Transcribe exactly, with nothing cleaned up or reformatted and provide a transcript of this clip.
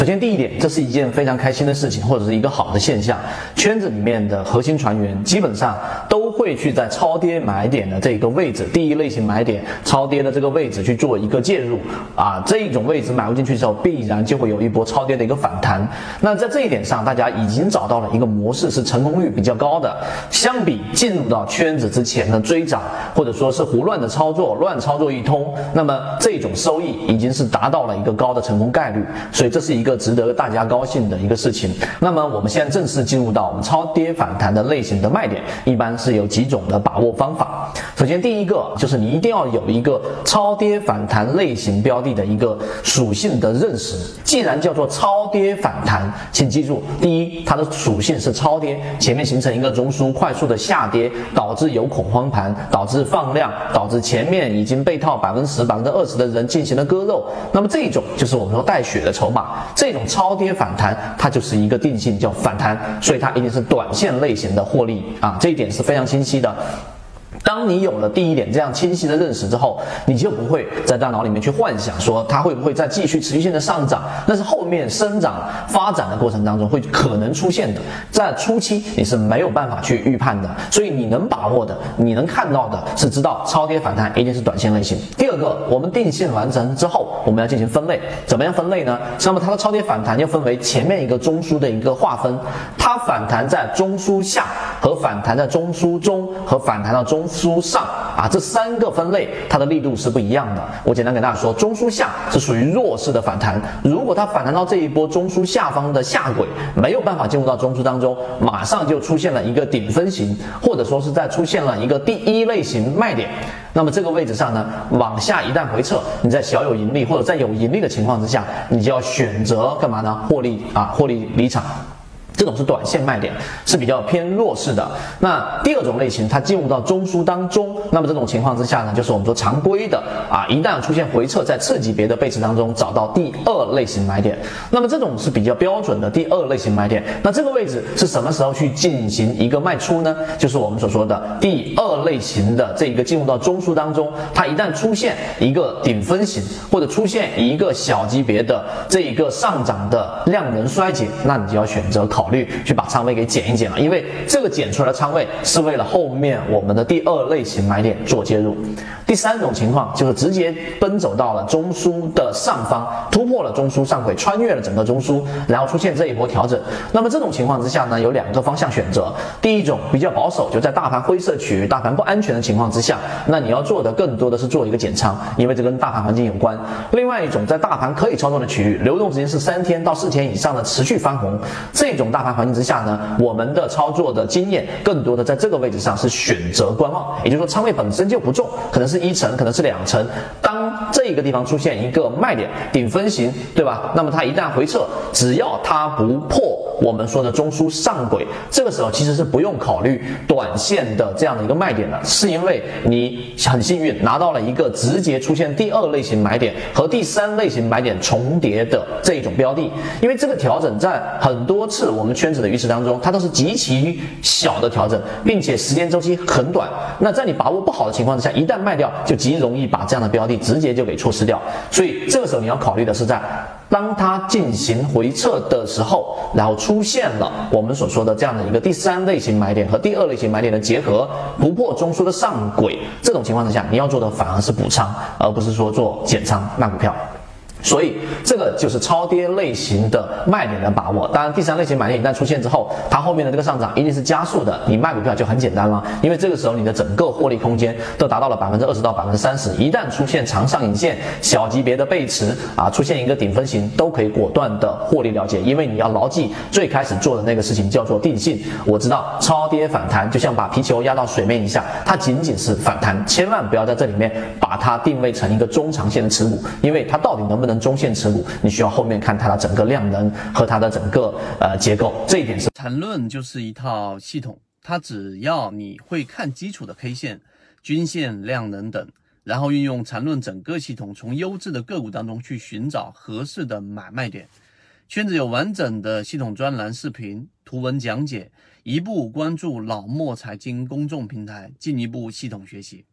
首先第一点，这是一件非常开心的事情，或者是一个好的现象。圈子里面的核心船员基本上都会去在超跌买点的这个位置，第一类型买点超跌的这个位置去做一个介入啊，这一种位置买入进去之后，必然就会有一波超跌的一个反弹。那在这一点上，大家已经找到了一个模式，是成功率比较高的。相比进入到圈子之前的追涨，或者说是胡乱的操作，乱操作一通，那么这种收益已经是达到了一个高的成功概率，所以这是一个值得大家高兴的一个事情。那么我们现在正式进入到我们超跌反弹的类型的卖点，一般是有几种的把握方法。首先第一个就是你一定要有一个超跌反弹类型标的的一个属性的认识。既然叫做超跌反弹，请记住，第一，它的属性是超跌，前面形成一个中枢快速的下跌，导致有恐慌盘，导致放量，导致前面已经被套 百分之十、百分之二十 的人进行了割肉，那么这种就是我们说带血的筹码。这种超跌反弹它就是一个定性叫反弹，所以它一定是短线类型的获利啊，这一点是非常清晰的。当你有了第一点这样清晰的认识之后，你就不会在大脑里面去幻想说它会不会再继续持续性的上涨，那是后面生长发展的过程当中会可能出现的，在初期你是没有办法去预判的，所以你能把握的，你能看到的是知道超跌反弹一定是短线类型。第二个，我们定性完成之后，我们要进行分类，怎么样分类呢？那么它的超跌反弹要分为前面一个中枢的一个划分，它反弹在中枢下和反弹在中枢中和反弹到中枢上啊，这三个分类它的力度是不一样的。我简单给大家说，中枢下是属于弱势的反弹，如果它反弹到这一波中枢下方的下轨，没有办法进入到中枢当中，马上就出现了一个顶分型，或者说是在出现了一个第一类型卖点，那么这个位置上呢，往下一旦回撤，你在小有盈利或者在有盈利的情况之下，你就要选择干嘛呢？获利啊，获利离场。这种是短线卖点，是比较偏弱势的。那第二种类型，它进入到中枢当中，那么这种情况之下呢，就是我们说常规的啊，一旦出现回撤，在次级别的背驰当中找到第二类型买点，那么这种是比较标准的第二类型买点。那这个位置是什么时候去进行一个卖出呢？就是我们所说的第二类型的这一个进入到中枢当中，它一旦出现一个顶分型，或者出现一个小级别的这一个上涨的量能衰竭，那你就要选择考虑去把仓位给减一减了，因为这个减出来的仓位是为了后面我们的第二类型买点做介入。第三种情况就是直接奔走到了中枢的上方，突破了中枢上轨，穿越了整个中枢，然后出现这一波调整。那么这种情况之下呢，有两个方向选择。第一种比较保守，就在大盘灰色区域、大盘不安全的情况之下，那你要做的更多的是做一个减仓，因为这跟大盘环境有关。另外一种在大盘可以操作的区域，流动时间是三天到四天以上的持续翻红，这种大盘环境之下呢，我们的操作的经验更多的在这个位置上是选择观望，也就是说仓位本身就不重，可能是一成，可能是两成。当这个地方出现一个卖点顶分型，对吧？那么它一旦回撤，只要它不破我们说的中枢上轨，这个时候其实是不用考虑短线的这样的一个卖点的，是因为你很幸运拿到了一个直接出现第二类型买点和第三类型买点重叠的这一种标的。因为这个调整在很多次我们圈子的鱼池当中，它都是极其小的调整，并且时间周期很短。那在你把握不好的情况之下，一旦卖掉，就极容易把这样的标的直接就给错失掉。所以这个时候你要考虑的是在当它进行回撤的时候，然后出现了我们所说的这样的一个第三类型买点和第二类型买点的结合，不破中枢的上轨，这种情况之下，你要做的反而是补仓，而不是说做减仓卖股票。所以这个就是超跌类型的卖点的把握。当然第三类型买点一旦出现之后，它后面的这个上涨一定是加速的，你卖股票就很简单了，因为这个时候你的整个获利空间都达到了 百分之二十 到 百分之三十， 一旦出现长上影线、小级别的背驰啊，出现一个顶分型，都可以果断的获利了结。因为你要牢记最开始做的那个事情叫做定性。我知道超跌反弹就像把皮球压到水面以下，它仅仅是反弹，千万不要在这里面把它定位成一个中长线的持股，因为它到底能不能中线持股，你需要后面看它的整个量能和它的整个呃结构，这一点是。 缠论就是一套系统，它只要你会看基础的 K 线、均线、量能等，然后运用缠论整个系统，从优质的个股当中去寻找合适的买卖点。圈子有完整的系统专栏、视频、图文讲解，一步关注老莫财经公众平台，进一步系统学习。